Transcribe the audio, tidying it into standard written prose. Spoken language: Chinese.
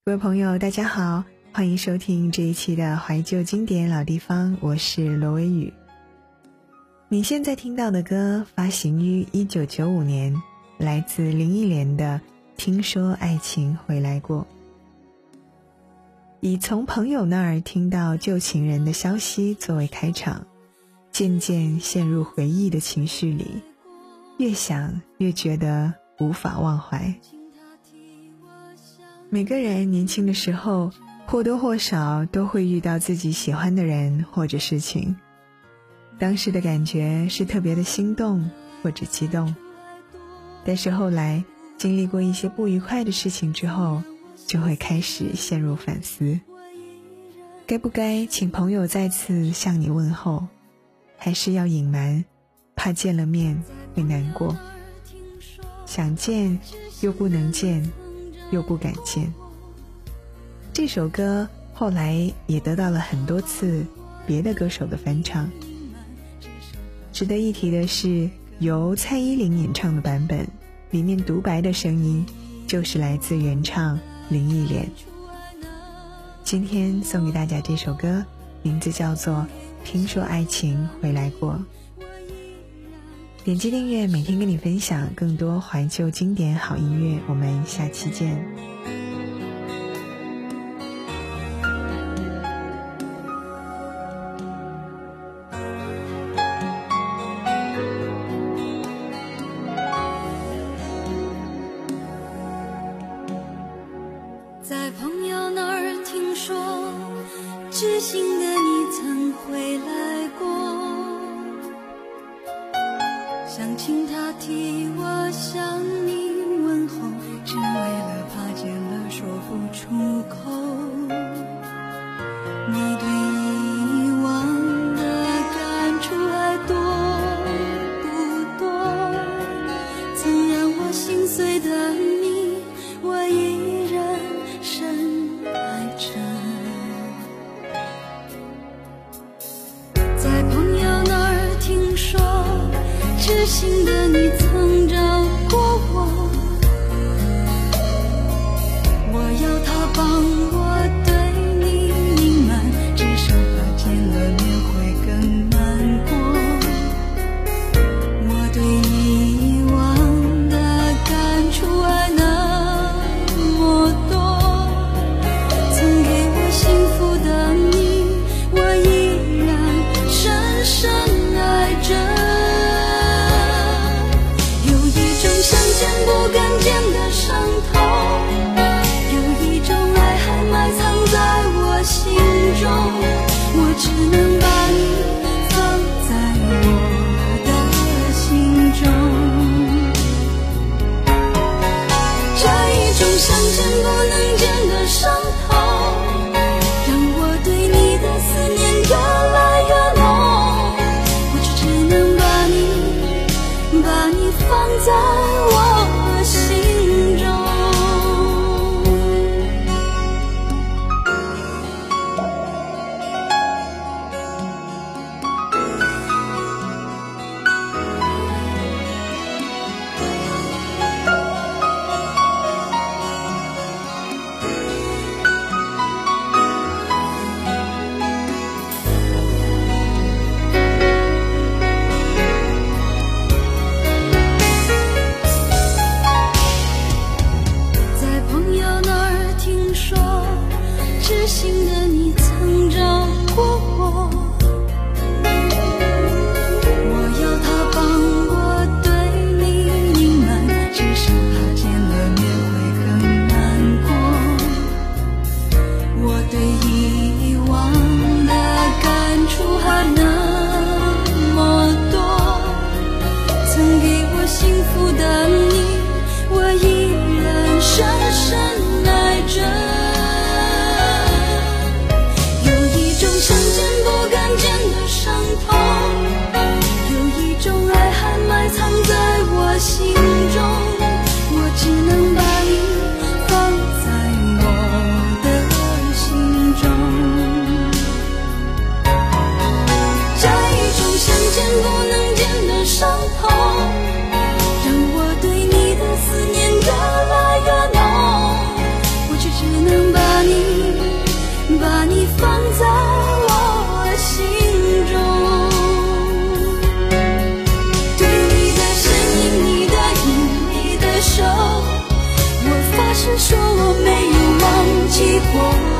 各位朋友大家好，欢迎收听这一期的怀旧经典老地方，我是罗维雨。你现在听到的歌发行于1995年，来自林忆莲的《听说爱情回来过》。以从朋友那儿听到旧情人的消息作为开场，渐渐陷入回忆的情绪里，越想越觉得无法忘怀。每个人年轻的时候或多或少都会遇到自己喜欢的人或者事情，当时的感觉是特别的心动或者激动，但是后来经历过一些不愉快的事情之后，就会开始陷入反思，该不该请朋友再次向你问候，还是要隐瞒，怕见了面会难过，想见又不能见又不敢见。这首歌后来也得到了很多次别的歌手的翻唱。值得一提的是，由蔡依林演唱的版本，里面独白的声音就是来自原唱林忆莲。今天送给大家这首歌，名字叫做《听说爱情回来过》。点击订阅，每天跟你分享更多怀旧经典好音乐，我们下期见。 在朋友那儿听说，知心的你曾回来过，想请他替我向你问候，只为了怕见了说不出口。你对以往的感触还多不多？曾让我心碎的你，我依然深爱着。在朋友那儿听说，知心的你曾找过我，我要他帮我对你隐瞒，至少怕见了面会更难过。我对以往的感触还那么多，曾给我幸福的你，我依然深深爱着。想见不敢见的伤痛，有一种爱还埋藏在我心中，我只能把你放在我的心中。这一种想见不能见的伤痛，让我对你的思念越来越浓，我只能把你放在我心中。知心的你曾找过我，我要他帮我对你隐瞒，至少怕见了面会更难过。我对以往的感触还那么多，曾给我幸福的你，我依然深深爱着。 说我没有忘记过。